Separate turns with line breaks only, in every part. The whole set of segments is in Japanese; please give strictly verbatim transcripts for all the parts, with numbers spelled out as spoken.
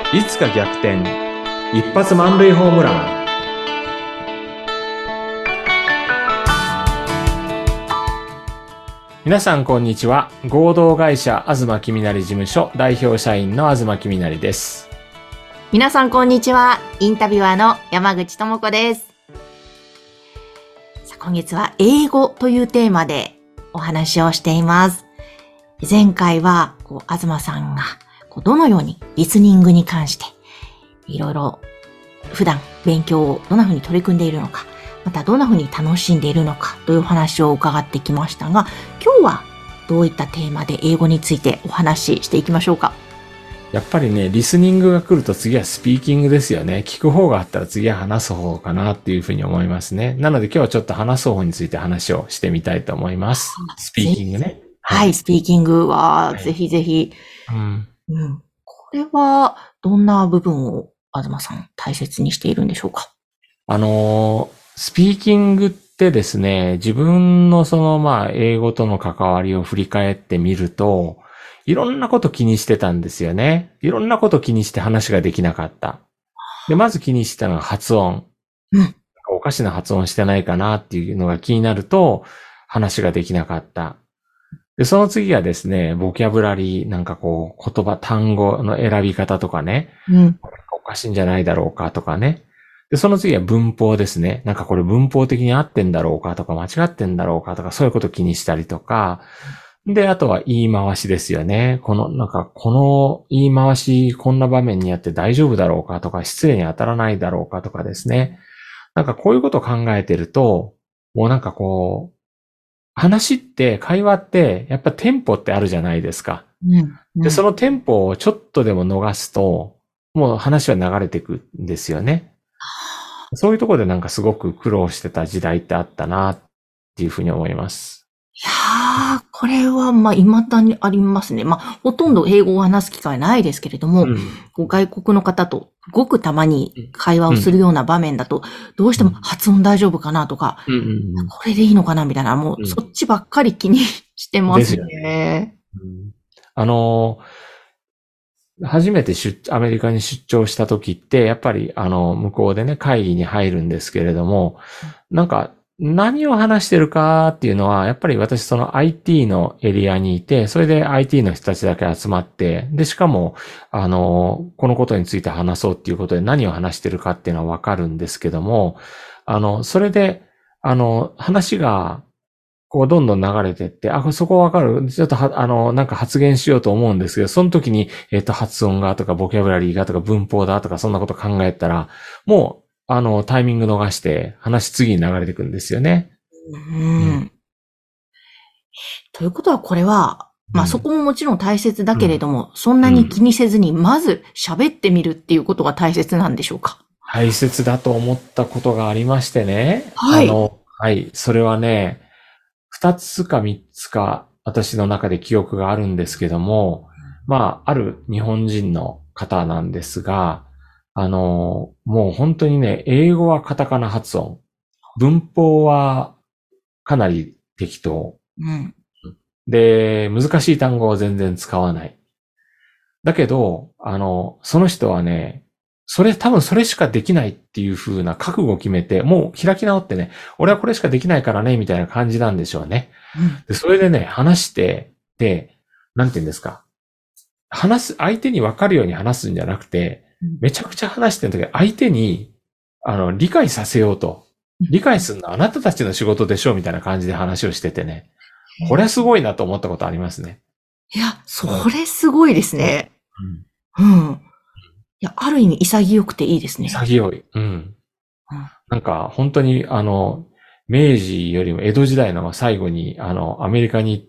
いつか逆転、一発満塁ホームラン。皆さんこんにちは。合同会社東きみなり事務所代表社員の東きみなりです。
皆さんこんにちは。インタビュアーの山口智子です。さあ、今月は英語というテーマでお話をしています。前回はこう東さんがこうどのようにリスニングに関していろいろ普段勉強をどんな風に取り組んでいるのか、またどんな風に楽しんでいるのかというお話を伺ってきましたが、今日はどういったテーマで英語についてお話ししていきましょうか。
やっぱりね、リスニングが来ると次はスピーキングですよね。聞く方があったら次は話す方かなっていうふうに思いますね。なので今日はちょっと話す方について話をしてみたいと思います。スピーキングね。
はい、はい、スピーキングはぜひぜひ。
はい、うん
うん、これはどんな部分を東さん大切にしているんでしょうか。
あの、スピーキングってですね、自分のそのまあ英語との関わりを振り返ってみると、いろんなこと気にしてたんですよね。いろんなこと気にして話ができなかった。で、まず気にしてたのが発音。
うん、
おかしな発音してないかなっていうのが気になると、話ができなかった。で、その次はですね、ボキャブラリー、なんかこう、言葉、単語の選び方とかね。
うん、
おかしいんじゃないだろうかとかね。で、その次は文法ですね。なんかこれ文法的に合ってんだろうかとか間違ってんだろうかとかそういうこと気にしたりとか。で、あとは言い回しですよね。この、なんかこの言い回しこんな場面にやって大丈夫だろうかとか失礼に当たらないだろうかとかですね。なんかこういうことを考えてると、もうなんかこう、話って会話ってやっぱテンポってあるじゃないですか。
うんうん、
で、そのテンポをちょっとでも逃すと、もう話は流れていくんですよね。そういうところでなんかすごく苦労してた時代ってあったなっていうふうに思います。
いやー、これはまあ未だにありますね。まあほとんど英語を話す機会ないですけれども、うん、こう外国の方とごくたまに会話をするような場面だと、どうしても発音大丈夫かなとか、うんうんうん、これでいいのかなみたいな、もうそっちばっかり気にしてますね。ですよね。
うん、あのー、初めて出、アメリカに出張した時って、やっぱり、あの、向こうでね、会議に入るんですけれども、なんか、何を話してるかっていうのは、やっぱり私その アイティー のエリアにいて、それで アイティー の人たちだけ集まって、で、しかも、あの、このことについて話そうっていうことで何を話してるかっていうのはわかるんですけども、あの、それで、あの、話が、こう、どんどん流れてって、あ、そこわかる？ちょっとは、あの、なんか発言しようと思うんですけど、その時に、えっと、発音がとか、ボキャブラリーがとか、文法だとか、そんなこと考えたら、もう、あの、タイミング逃して、話次に流れていくんですよね。
うん。うん、ということは、これは、まあ、そこももちろん大切だけれども、うん、そんなに気にせずに、まず喋ってみるっていうことが大切なんでしょうか？
大切だと思ったことがありましてね。
はい。
あの、はい。それはね、二つか三つか、私の中で記憶があるんですけども、まあ、ある日本人の方なんですが、あの、もう本当にね、英語はカタカナ発音。文法はかなり適当。
うん、
で、難しい単語は全然使わない。だけど、あの、その人はね、それ、多分それしかできないっていう風な覚悟を決めて、もう開き直ってね、俺はこれしかできないからね、みたいな感じなんでしょうね。うん、でそれでね、話して、で、なんて言うんですか。話す、相手に分かるように話すんじゃなくて、めちゃくちゃ話してる時、相手に、あの、理解させようと。理解するのはあなたたちの仕事でしょうみたいな感じで話をしててね。これはすごいなと思ったことありますね。
いや、それすごいですね。うん。うん。いや、ある意味潔くていいですね。
潔い。うん。うん、なんか、本当に、あの、明治よりも江戸時代の最後に、あの、アメリカに行った、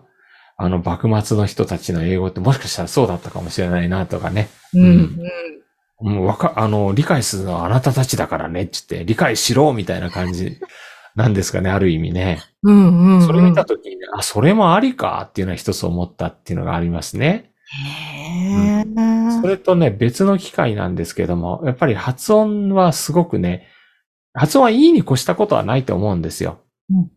あの、幕末の人たちの英語ってもしかしたらそうだったかもしれないなとかね。
うん。
うん、もうわか、あの、理解するのはあなたたちだからねって言って、理解しろみたいな感じなんですかね、ある意味ね。
うんうん、うん。
それ見たときに、あ、それもありかっていうのは一つ思ったっていうのがありますね。
へー、
うん、それとね、別の機会なんですけども、やっぱり発音はすごくね、発音はいいに越したことはないと思うんですよ。うん、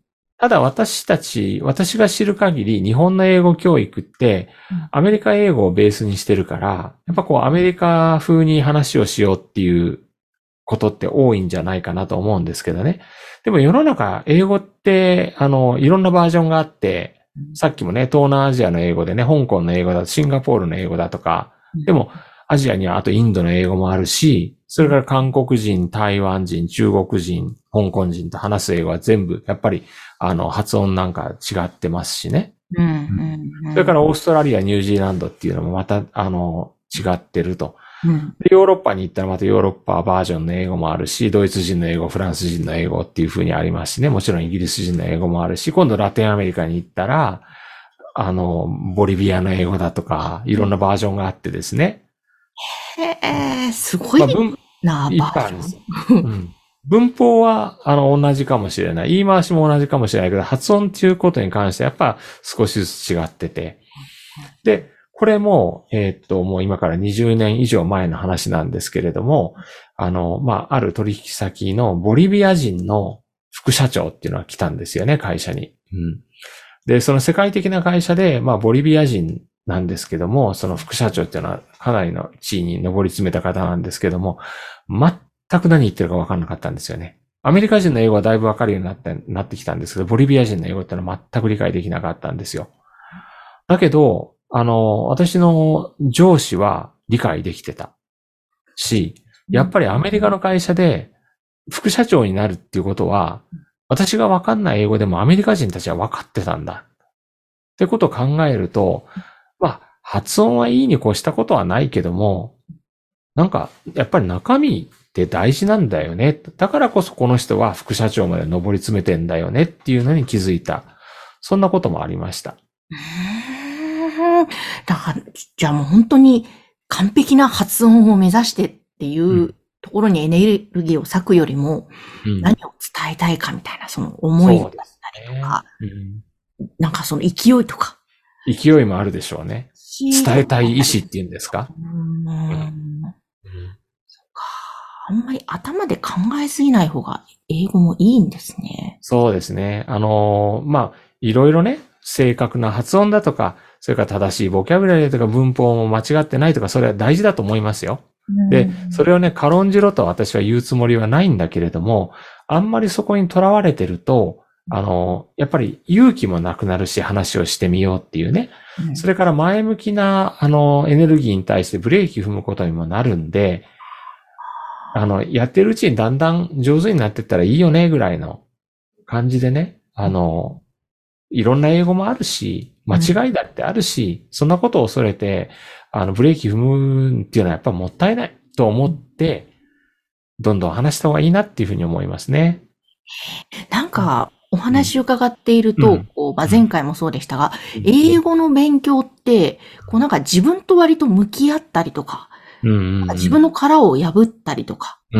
ただ私たち、私が知る限り日本の英語教育ってアメリカ英語をベースにしてるから、やっぱこうアメリカ風に話をしようっていうことって多いんじゃないかなと思うんですけどね。でも世の中英語ってあのいろんなバージョンがあって、さっきもね、東南アジアの英語でね、香港の英語だとシンガポールの英語だとか、でもアジアにはあとインドの英語もあるし、それから韓国人、台湾人、中国人、香港人と話す英語は全部、やっぱり、あの、発音なんか違ってますしね。
うんうんうん、
それからオーストラリア、ニュージーランドっていうのもまた、あの、違ってると。
うん、
でヨーロッパに行ったらまたヨーロッパバージョンの英語もあるし、ドイツ人の英語、フランス人の英語っていう風にありますしね。もちろんイギリス人の英語もあるし、今度ラテンアメリカに行ったら、あの、ボリビアの英語だとか、いろんなバージョンがあってですね。
へえ、すごいな、
まあ、いっぱいあるんです。うん、文法は、あの、同じかもしれない。言い回しも同じかもしれないけど、発音っていうことに関してはやっぱ少しずつ違ってて。で、これも、えー、っと、もう今からにじゅうねん以上前の話なんですけれども、あの、まあ、ある取引先のボリビア人の副社長っていうのが来たんですよね、会社に。うん、で、その世界的な会社で、まあ、ボリビア人なんですけども、その副社長っていうのはかなりの地位に上り詰めた方なんですけども、全く何言ってるか分からなかったんですよね。アメリカ人の英語はだいぶ分かるようになって、なってきたんですけど、ボリビア人の英語ってのは全く理解できなかったんですよ。だけど、あの、私の上司は理解できてたし、やっぱりアメリカの会社で副社長になるっていうことは、私が分かんない英語でもアメリカ人たちは分かってたんだ。ってことを考えると、まあ、発音はいいに越したことはないけども、なんか、やっぱり中身って大事なんだよね。だからこそこの人は副社長まで上り詰めてんだよねっていうのに気づいた。そんなこともありました。
うーん。だから、じゃあもう本当に完璧な発音を目指してっていうところにエネルギーを割くよりも、うん、何を伝えたいかみたいなその思いだったりとか、ねうん、なんかその勢いとか。
勢いもあるでしょうね。伝えたい意志っていうんですか。うん
うんそっか。あんまり頭で考えすぎない方が英語もいいんですね。
そうですね。あのー、まあ、いろいろね、正確な発音だとか、それから正しいボキャブラリーとか文法も間違ってないとか、それは大事だと思いますよ。で、それをね、軽んじろと私は言うつもりはないんだけれども、あんまりそこにとらわれてると、あの、やっぱり勇気もなくなるし、話をしてみようっていうね。うん、それから前向きな、あの、エネルギーに対してブレーキ踏むことにもなるんで、あの、やってるうちにだんだん上手になってったらいいよね、ぐらいの感じでね。あの、いろんな英語もあるし、間違いだってあるし、うん、そんなことを恐れて、あの、ブレーキ踏むっていうのはやっぱもったいないと思って、どんどん話した方がいいなっていうふうに思いますね。
なんか、お話伺っていると、うん、こうまあ、前回もそうでしたが、うん、英語の勉強って、こうなんか自分と割と向き合ったりとか、うんうんうん、自分の殻を破ったりとか、うん、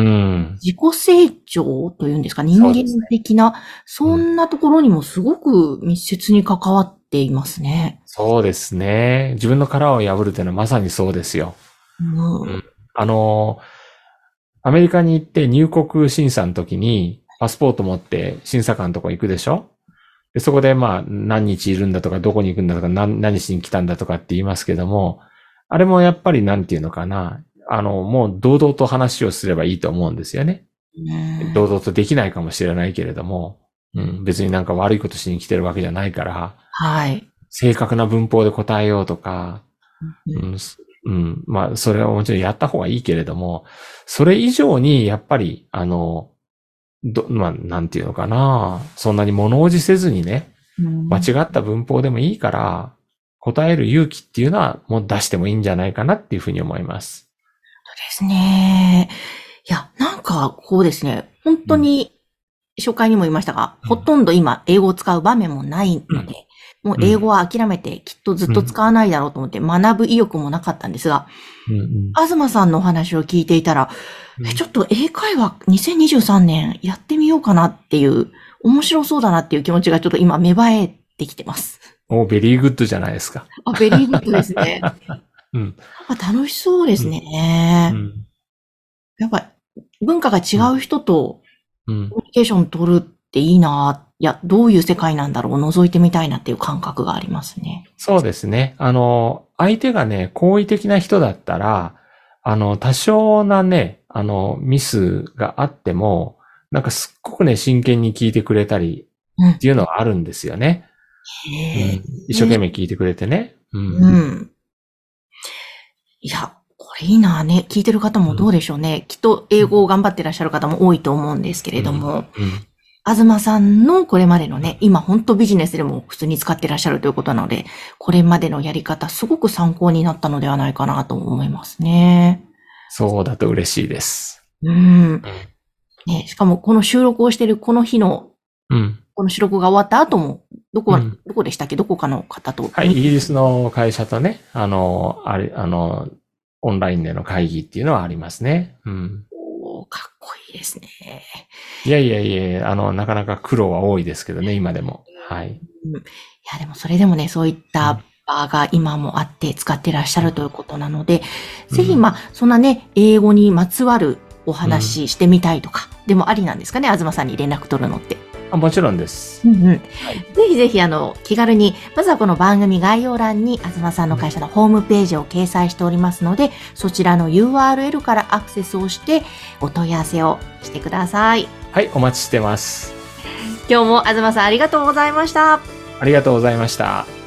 自己成長というんですか、人間的な、そ, ね、そんなところにもすごく密接に関わっていますね。
そうですね。自分の殻を破るというのはまさにそうですよ。うんうん、あの、アメリカに行って入国審査の時に、パスポート持って審査官のとこ行くでしょ？で、そこでまあ何日いるんだとかどこに行くんだとか 何, 何しに来たんだとかって言いますけども、あれもやっぱりなんていうのかな。あの、もう堂々と話をすればいいと思うんですよね。堂々とできないかもしれないけれども、うん、別になんか悪いことしに来てるわけじゃないから、
はい。
正確な文法で答えようとか、うんうん、まあそれはもちろんやった方がいいけれども、それ以上にやっぱりあの、ど、まあ、なんていうのかな。そんなに物おじせずにね、間違った文法でもいいから、答える勇気っていうのはもう出してもいいんじゃないかなっていうふうに思います。
そうですね。いや、なんか、こうですね、本当に、初回にも言いましたが、うん、ほとんど今、英語を使う場面もないので、うん、もう英語は諦めて、きっとずっと使わないだろうと思って、学ぶ意欲もなかったんですが、うんうん、東さんのお話を聞いていたら、え、ちょっと英会話にせんにじゅうさんねんやってみようかなっていう、面白そうだなっていう気持ちがちょっと今芽生えてきてます。
お、ベリーグッドじゃないですか。
あ、ベリーグッドですね。うん。なんか楽しそうですね。うんうん、やっぱ文化が違う人とコミュニケーション取るっっていいな、いや、どういう世界なんだろう、覗いてみたいなっていう感覚がありますね。
そうですね。あの、相手がね、好意的な人だったら、あの、多少なね、あの、ミスがあっても、なんかすっごくね、真剣に聞いてくれたりっていうのはあるんですよね。
へー、
うん、一生懸命聞いてくれてね。うん。
うん。いや、これいいなね。聞いてる方もどうでしょうね。うん、きっと英語を頑張ってらっしゃる方も多いと思うんですけれども、うんうん、東さんのこれまでのね、今本当ビジネスでも普通に使ってらっしゃるということなので、これまでのやり方すごく参考になったのではないかなと思いますね。
そうだと嬉しいです。
うん。ね、しかもこの収録をしているこの日の、うん、この収録が終わった後も、どこ、うん、どこでしたっけ？どこかの方と。
はい、イギリスの会社とね、あの、あれ、あの、オンラインでの会議っていうのはありますね。うん。
おー、かっこいいですね。
いやいやいや、あの、なかなか苦労は多いですけどね、今でも。はい。
うん、いや、でもそれでもね、そういった場が今もあって使ってらっしゃるということなので、うん、ぜひ、まあ、そんなね、英語にまつわるお話してみたいとか、うん、でもありなんですかね、東さんに連絡取るのって。
あ、もちろんです。
うんうん。はい、ぜひぜひ、あの、気軽に、まずはこの番組概要欄に、東さんの会社のホームページを掲載しておりますので、そちらの ユーアールエル からアクセスをして、お問い合わせをしてください。
はい、お待ちしてます。
今日も東さんありがとうございました。
ありがとうございました。